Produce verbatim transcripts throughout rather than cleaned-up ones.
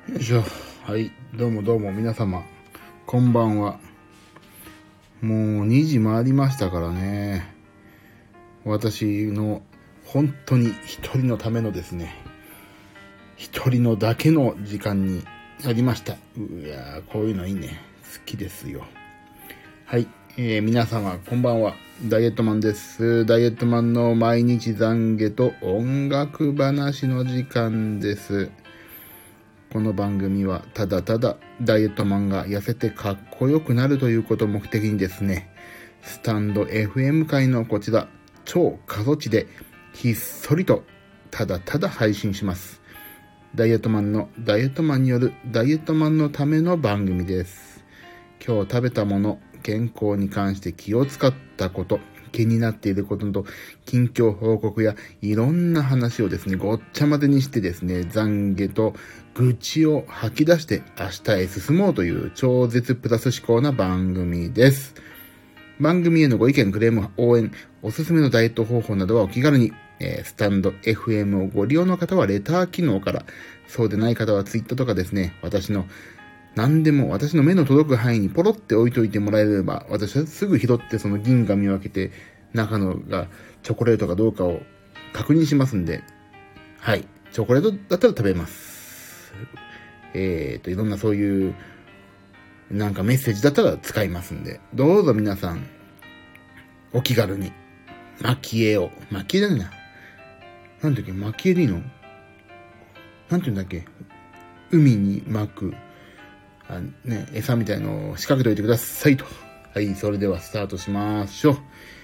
よいしょ。はい。どうもどうも皆様。こんばんは。もうにじ回りましたからね。私の本当に一人のためのですね。一人のだけの時間になりました。うやー、こういうのいいね。好きですよ。はい。えー、皆様、こんばんは。ダイエットマンです。ダイエットマンの毎日懺悔と音楽話の時間です。この番組はただただダイエットマンが痩せてかっこよくなるということを目的にですね、スタンド エフエム 界のこちら超過疎地でひっそりとただただ配信します。ダイエットマンのダイエットマンによるダイエットマンのための番組です。今日食べたもの、健康に関して気を使ったこと、気になっていることなど、近況報告やいろんな話をですね、ごっちゃ混ぜにしてですね、懺悔と愚痴を吐き出して明日へ進もうという超絶プラス思考な番組です。番組へのご意見、クレーム、応援、おすすめのダイエット方法などはお気軽に、えー、スタンド エフエム をご利用の方はレター機能から、そうでない方はツイッターとかですね、私の何でも私の目の届く範囲にポロって置いといてもらえれば、私はすぐ拾ってその銀紙を開けて、中のがチョコレートかどうかを確認しますんで、はい。チョコレートだったら食べます。えーと、いろんなそういう、なんかメッセージだったら使いますんで、どうぞ皆さん、お気軽に、蒔絵を、蒔絵だねな。なんだっけ、蒔絵でいいの？なんて言うんだっけ、海に巻く、あね、餌みたいのを仕掛けておいてくださいと。はい、それではスタートしましょう。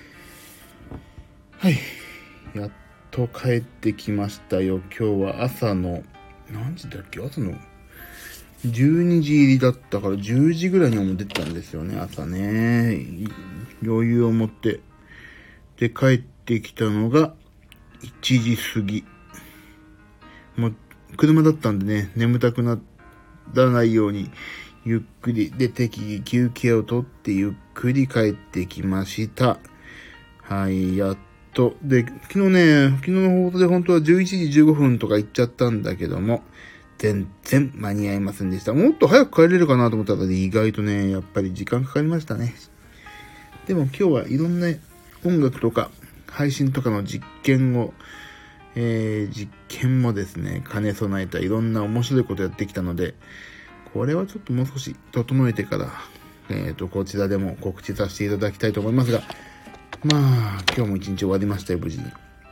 はい、やっと帰ってきましたよ。今日は朝の、何時だっけ、朝のじゅうにじ入りだったからじゅうじぐらいにはもう出てたんですよね、朝ね。余裕を持って。で、帰ってきたのがいちじ過ぎ。もう車だったんでね、眠たくならないように、ゆっくりで適宜休憩をとってゆっくり帰ってきました。はい、やっと。で、昨日ね、昨日の放送で本当はじゅういちじじゅうごふんとか行っちゃったんだけども、全然間に合いませんでした。もっと早く帰れるかなと思ったら意外とね、やっぱり時間かかりましたね。でも今日はいろんな音楽とか配信とかの実験を、えー、実験もですね、兼ね備えたいろんな面白いことやってきたので、これはちょっともう少し整えてから、えーと、こちらでも告知させていただきたいと思いますが、まあ、今日も一日終わりましたよ、無事に。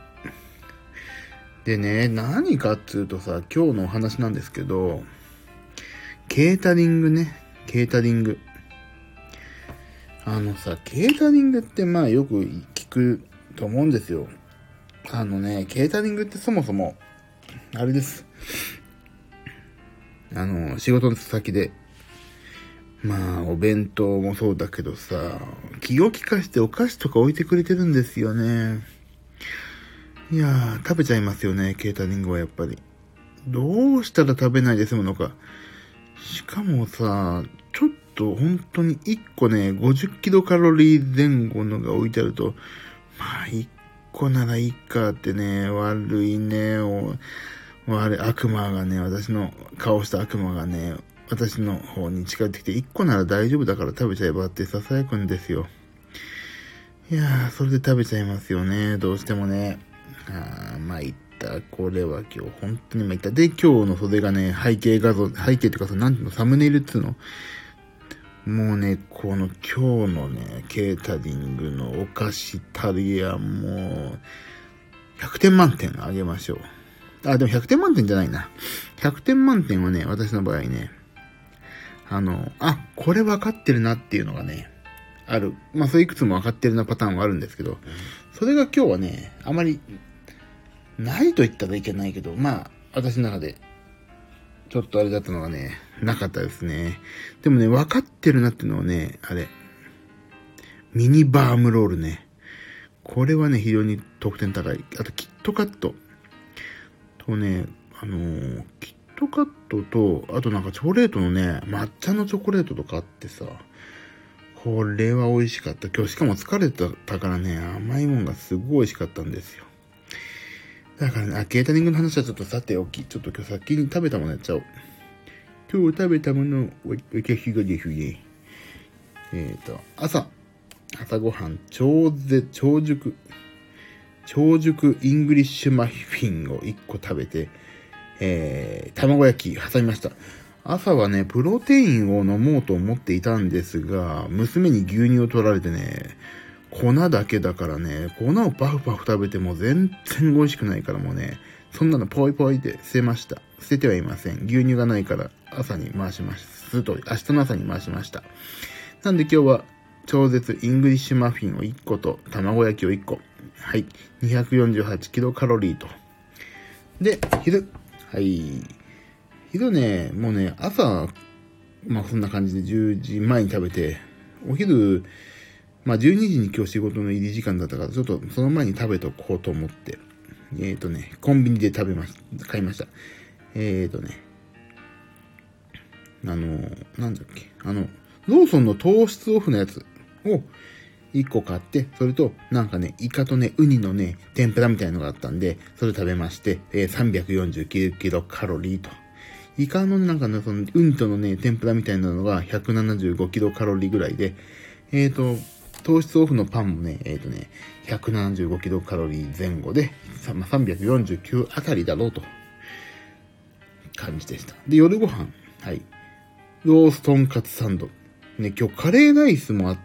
でね、何かっつうとさ、今日のお話なんですけど、ケータリングね、ケータリング。あのさ、ケータリングってまあよく聞くと思うんですよ。あのね、ケータリングってそもそも、あれです。あの、仕事の先で、まあ、お弁当もそうだけどさ、気を利かしてお菓子とか置いてくれてるんですよね。いやー、食べちゃいますよね、ケータリングはやっぱり。どうしたら食べないで済むのか。しかもさ、ちょっと本当にいっこね、ごじゅっキロカロリー前後のが置いてあると、まあ、いっこならいいかってね、悪いね、お悪い悪魔がね、私の顔した悪魔がね、私の方に近寄ってきて、いっこなら大丈夫だから食べちゃえばって囁くんですよ。いやー、それで食べちゃいますよね、どうしてもね。あー、まあいった。これは今日、本当にまいった。で、今日のそれがね、背景画像、背景っていうかさ、なんていうの、サムネイルっていうの。もうね、この今日のね、ケータリングのお菓子たりや、もう、ひゃくてん満点あげましょう。あ、でもひゃくてん満点じゃないな。ひゃくてん満点はね、私の場合ね、あの、あ、これ分かってるなっていうのがね、ある。まあ、それいくつも分かってるなパターンはあるんですけど、それが今日はね、あまり、ないと言ったらいけないけど、まあ、私の中で、ちょっとあれだったのがね、なかったですね。でもね、分かってるなっていうのはね、あれ、ミニバームロールね。これはね、非常に得点高い。あと、キットカット。とね、あのー、キットカットと、あとなんかチョコレートのね、抹茶のチョコレートとかあってさ、これは美味しかった。今日しかも疲れてたからね、甘いもんがすごい美味しかったんですよ。だからね、あ、ケータリングの話はちょっとさておき、ちょっと今日先に食べたものやっちゃおう。 今日食べたものを私がですね、えっ、ー、と、朝、朝ごはん、超絶、超熟、超熟イングリッシュマフィンをいっこ食べて、えー、卵焼き挟みました。朝はね、プロテインを飲もうと思っていたんですが、娘に牛乳を取られてね、粉だけだからね、粉をパフパフ食べても全然美味しくないからもうね、そんなのポイポイで捨てました。捨ててはいません。牛乳がないから朝に回しますと、明日の朝に回しました。なんで今日は超絶イングリッシュマフィンをいっこと卵焼きをいっこ。はい。にひゃくよんじゅうはちキロカロリーと。で、昼。はい。昼ね、もうね、朝、まあそんな感じでじゅうじまえに食べて、お昼、まあじゅうにじに今日仕事の入り時間だったから、ちょっとその前に食べとこうと思って、えっ、ー、とね、コンビニで食べました、買いました。えっ、ー、とね、あの、なんだっけ、あの、ローソンの糖質オフのやつをいっこ買って、それと、なんかね、イカとね、ウニのね、天ぷらみたいなのがあったんで、それ食べまして、えー、さんびゃくよんじゅうきゅうキロカロリーと。イカのなんかね、その、ウニとのね、天ぷらみたいなのがひゃくななじゅうごキロカロリーぐらいで、えっ、ー、と、糖質オフのパンもね、えっ、ー、とね、ひゃくななじゅうごキロカロリー前後で、まあ、さんびゃくよんじゅうきゅうあたりだろうと、感じでした。で、夜ご飯。はい。ローストンカツサンド。ね、今日カレーライスもあって、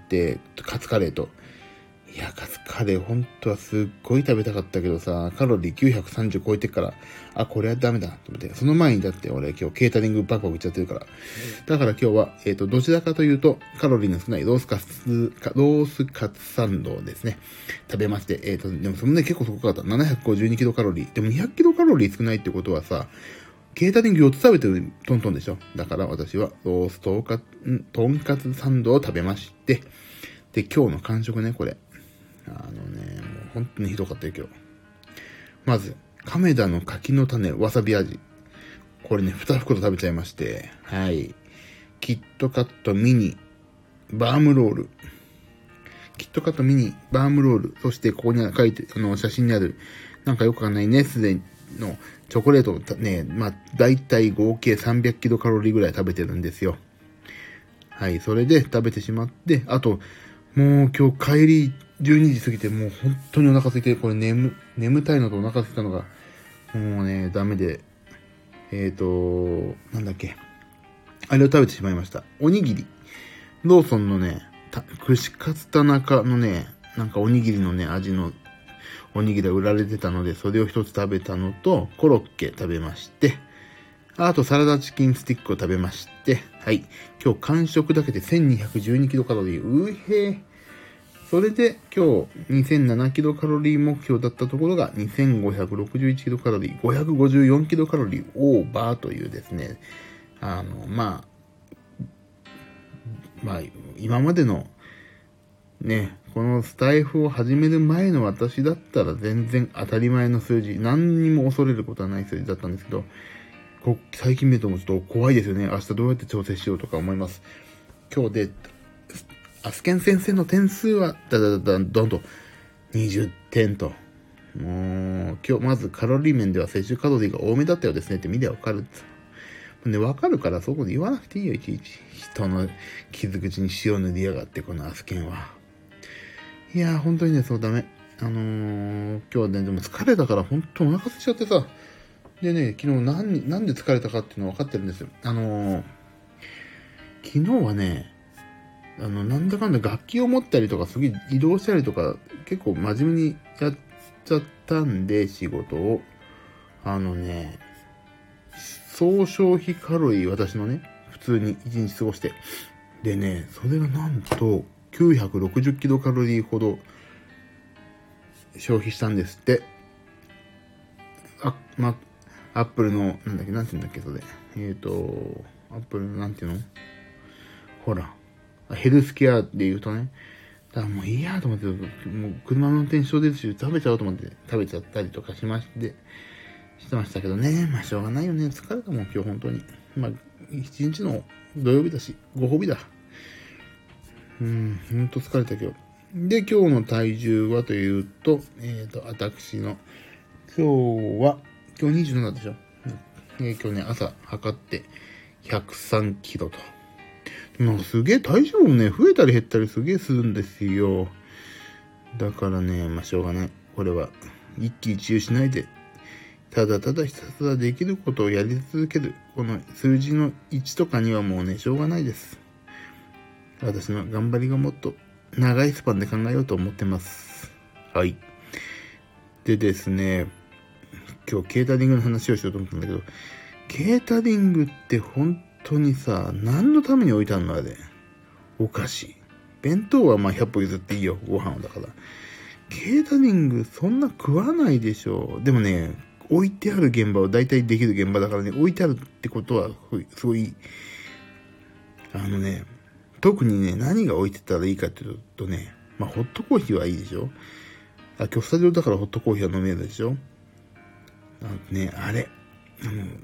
カツカレーと。いや、カツカレー本当はすっごい食べたかったけどさ、カロリーきゅうひゃくさんじゅう超えてから、あ、これはダメだと思って、その前にだって俺今日ケータリングバクバクいっちゃってるから。だから今日は、えっと、どちらかというと、カロリーの少ないロースカツ、ロースカツサンドをですね、食べまして、えっと、でもそのね、結構そこかかった。ななひゃくごじゅうにキロカロリー。でもにひゃくキロカロリー少ないってことはさ、ケータリングよっつ食べてるトントンでしょ。だから私はローストンカツ、トンカツサンドを食べまして、で、今日の完食ね、これ。あのね、もう本当にひどかったよ、今日。まず、亀田の柿の種、わさび味。これね、に袋食べちゃいまして、はい。キットカットミニ、バームロール。キットカットミニ、バームロール。そしてここに書いて、あの、写真にある、なんかよくわかんないネスレのチョコレートをね、まあ、だいたい合計さんびゃくキロカロリーぐらい食べてるんですよ。はい、それで食べてしまって、あと、もう今日帰りじゅうにじ過ぎてもう本当にお腹空いて、これ眠、眠たいのとお腹空いたのが、もうね、ダメで、えーと、なんだっけ。あれを食べてしまいました。おにぎり。ローソンのね、た串カツ田中のね、なんかおにぎりのね、味のおにぎりが売られてたので、それを一つ食べたのと、コロッケ食べまして、あとサラダチキンスティックを食べまして、はい。今日完食だけでせんにひゃくじゅうにキロカロリー。うへー。それで今日にせんななキロカロリー目標だったところがにせんごひゃくろくじゅういちキロカロリー、ごひゃくごじゅうよんキロカロリーオーバーというですね、あの、まあ、まあ、今までのね、このスタイフを始める前の私だったら全然当たり前の数字、何にも恐れることはない数字だったんですけど、こ最近見るともうちょっと怖いですよね。明日どうやって調整しようとか思います。今日で、アスケン先生の点数は、だだだだ、どんと、にじゅってんと。もう、今日、まずカロリー面では摂取カロリーが多めだったようですねって見りゃわかる。ね、わかるからそこで言わなくていいよ、いちいち。人の傷口に塩塗りやがって、このアスケンは。いやー、本当にね、そうダメ。あのー、今日はね、でも疲れたから本当お腹空いちゃってさ。でね、昨日何、なんで疲れたかっていうの分かってるんですよ。あのー、昨日はね、あの、なんだかんだ楽器を持ったりとか、すげえ移動したりとか、結構真面目にやっちゃったんで、仕事を。あのね、総消費カロリー、私のね、普通に一日過ごして。でね、それがなんと、きゅうひゃくろくじゅうキロカロリーほど消費したんですって。あ、ま、アップルの、なんだっけ、なんて言うんだっけ、それ。えっと、アップルの、なんていうのほら。ヘルスケアで言うとね。だからもういいやと思って、もう車の運転手ですし、食べちゃおうと思って食べちゃったりとかしまして、してましたけどね。まあしょうがないよね。疲れたもん、今日本当に。まあ、一日の土曜日だし、ご褒美だ。うん、ほんと疲れた今日。で、今日の体重はというと、えっと、私の、今日は、今日にじゅうななでしょ。えー、今日ね、朝測ってひゃくさんキロと。なんかすげえ体重もね、増えたり減ったりすげえするんですよ。だからね、まあしょうがない。これは一喜一憂しないで、ただただひたすらできることをやり続ける。この数字のいちとかにはもうね、しょうがないです。私の頑張りがもっと長いスパンで考えようと思ってます。はい。でですね、今日ケータリングの話をしようと思ったんだけど、ケータリングって本当にさ、何のために置いてあるのあれ。お菓子。弁当はまあひゃっぽ譲っていいよ。ご飯だから。ケータリングそんな食わないでしょ。でもね、置いてある現場は大体できる現場だからね、置いてあるってことはすごい、あのね、特にね、何が置いてたらいいかっていうとね、まあホットコーヒーはいいでしょ。あ、今日スタジオだからホットコーヒーは飲めるでしょ。あのね、あれ、あの、あのね、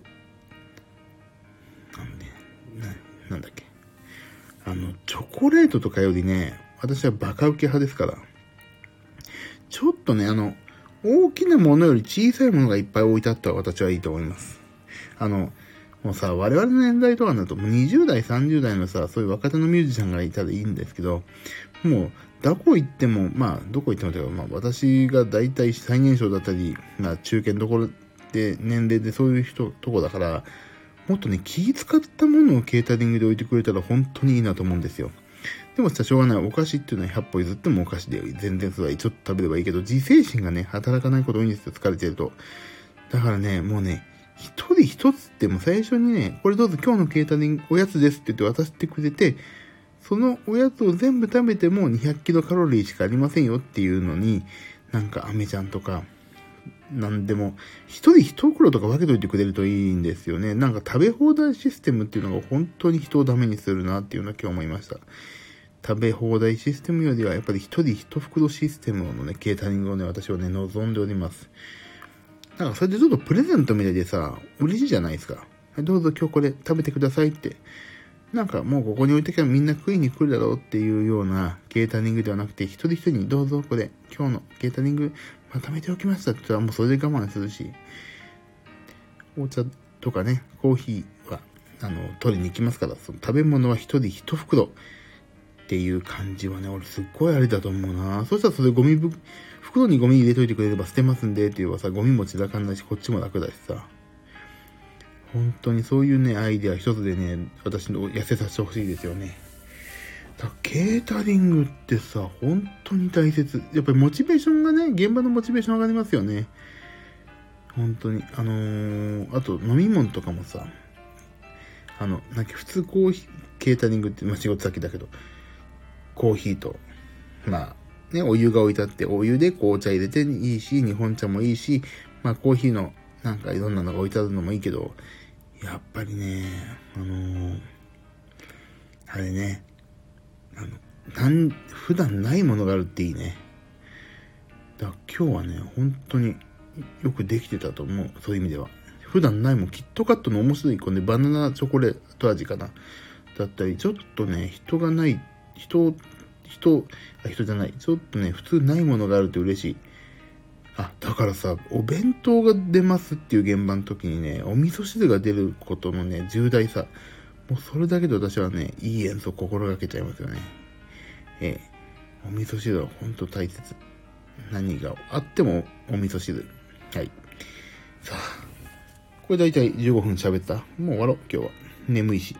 な、なんだっけ。あの、チョコレートとかよりね、私はバカウケ派ですから、ちょっとね、あの、大きなものより小さいものがいっぱい置いてあったら私はいいと思います。あの、もうさ、我々の年代とかになると、もうにじゅう代、さんじゅう代のさ、そういう若手のミュージシャンがいたらいいんですけど、もう、どこ行っても、まあ、どこ行ってもというか、まあ、私が大体最年少だったり、まあ、中堅どころで、年齢でそういう人、とこだから、もっとね、気使ったものをケータリングで置いてくれたら本当にいいなと思うんですよ。でもさ、しょうがない。お菓子っていうのはひゃっぽ譲ってもお菓子で全然それはちょっと食べればいいけど、自制心がね、働かないこと多いんですよ。疲れてると。だからね、もうね、一人一つっても最初にね、これどうぞ今日のケータリングおやつですって言って渡してくれて、そのおやつを全部食べてもにひゃくキロカロリーしかありませんよっていうのに、なんかアメちゃんとか、なんでも、一人一袋とか分けといてくれるといいんですよね。なんか食べ放題システムっていうのが本当に人をダメにするなっていうのは今日思いました。食べ放題システムよりはやっぱり一人一袋システムのね、ケータリングをね、私はね、望んでおります。なんかそれでちょっとプレゼントみたいでさ、嬉しいじゃないですか。どうぞ今日これ食べてくださいって。なんかもうここに置いてきゃみんな食いに来るだろうっていうようなケータリングではなくて、一人一人にどうぞこれ、今日のケータリングまとめておきましたって言ったらもうそれで我慢するし、お茶とかね、コーヒーは、あの、取りに行きますから、その食べ物は一人一袋っていう感じはね、俺すっごいありだと思うな。そしたらそれゴミぶ、袋にゴミ入れといてくれれば捨てますんでって言えばさ、ゴミも散らかんないし、こっちも楽だしさ。本当にそういうね、アイデア一つでね、私の痩せさせてほしいですよね。だケータリングってさ、本当に大切。やっぱりモチベーションがね、現場のモチベーション上がりますよね。本当に。あのー、あと飲み物とかもさ、あの、なんか普通コーヒー、ケータリングって、まあ仕事先だけど、コーヒーと、まあ、ね、お湯が置いてあって、お湯で紅茶入れていいし、日本茶もいいし、まあコーヒーのなんかいろんなのが置いてあるのもいいけど、やっぱりね、あのー、あれね、あの、なん、普段ないものがあるっていいね。だから今日はね、本当によくできてたと思う。そういう意味では。普段ないもん、キットカットの面白い子ね、バナナチョコレート味かな。だったり、ちょっとね、人がない、人、人、あ、人じゃない。ちょっとね、普通ないものがあるって嬉しい。あ、だからさ、お弁当が出ますっていう現場の時にね、お味噌汁が出ることのね、重大さ。もうそれだけで私はね、いい演奏を心がけちゃいますよね。ええ、お味噌汁はほんと大切。何があってもお味噌汁。はい。さあ、これだいたいじゅうごふん喋った。もう終わろう、今日は。眠いし。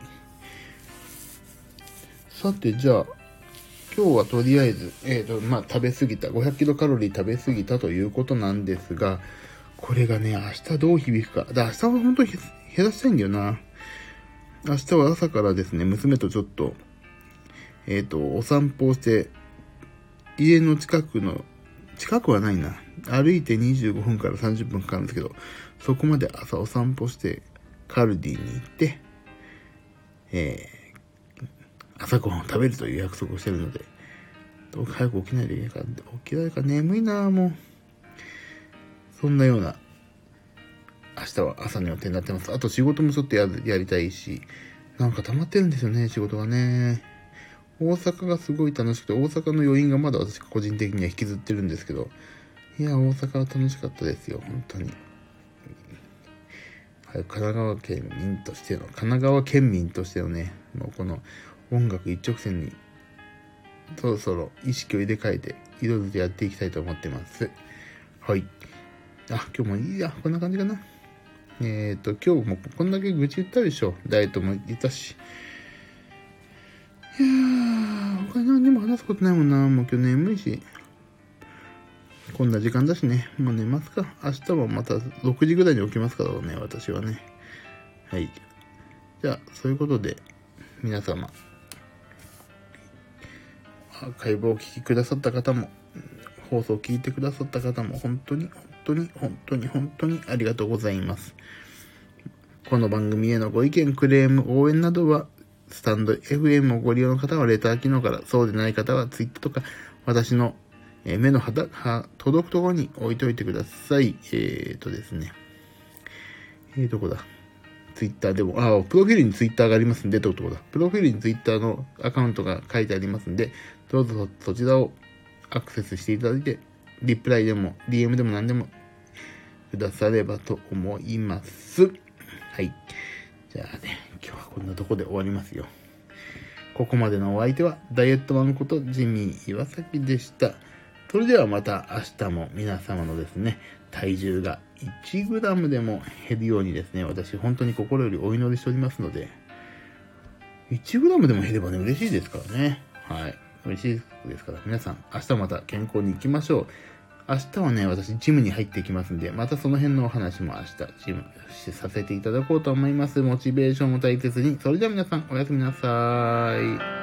さて、じゃあ、今日はとりあえず、えっと、まあ、食べ過ぎた、ごひゃくキロカロリー食べ過ぎたということなんですが、これがね、明日どう響くか。で、明日は本当に減らしたいんだよな。明日は朝からですね、娘とちょっと、えっと、お散歩をして、家の近くの、近くはないな。歩いてにじゅうごふんからさんじゅっぷんかかるんですけど、そこまで朝お散歩して、カルディに行って、えー、朝ごはんを食べるという約束をしてるので、どうか早く起きないといけないから、起きられるから眠いなぁ、もう。そんなような、明日は朝の予定になってます。あと仕事もちょっと や, やりたいし、なんか溜まってるんですよね、仕事がね。大阪がすごい楽しくて、大阪の余韻がまだ私個人的には引きずってるんですけど、いや、大阪は楽しかったですよ、本当に。 神奈川県民としての、神奈川県民としてのね、もうこの音楽一直線に、そろそろ意識を入れ替えて、いろいろとやっていきたいと思ってます。はい。あ、今日もいいや、こんな感じかな。えっと、今日もこんだけ愚痴言ったでしょ。ダイエットも言ったし。いやー、他に何にも話すことないもんな。もう今日眠いし。こんな時間だしね。もう寝ますか。明日もまたろくじぐらいに起きますからね、私はね。はい。じゃあ、そういうことで、皆様、アーカイブをお聞きくださった方も、放送を聞いてくださった方も、本当に、本当に、本当に、本当にありがとうございます。この番組へのご意見、クレーム、応援などは、スタンド エフエム をご利用の方はレター機能から、そうでない方はツイッターとか、私の目の肌が届くところに置いといてください。えーとですね。えー、どこだツイッターでも、あ、プロフィールにツイッターがありますんで、どこだプロフィールにツイッターのアカウントが書いてありますんで、どうぞそちらをアクセスしていただいて、リプライでも ディーエム でも何でもくださればと思います。はい。じゃあね、今日はこんなとこで終わりますよ。ここまでのお相手はダイエットマンことジミー岩崎でした。それではまた明日も皆様のですね、体重がいちグラムでも減るようにですね、私本当に心よりお祈りしておりますので、いちグラムでも減ればね、嬉しいですからね。はい。嬉しいですから、皆さん明日また健康に行きましょう。明日はね、私ジムに入っていきますんで、またその辺のお話も明日ジムさせていただこうと思います。モチベーションを大切に。それでは皆さんおやすみなさい。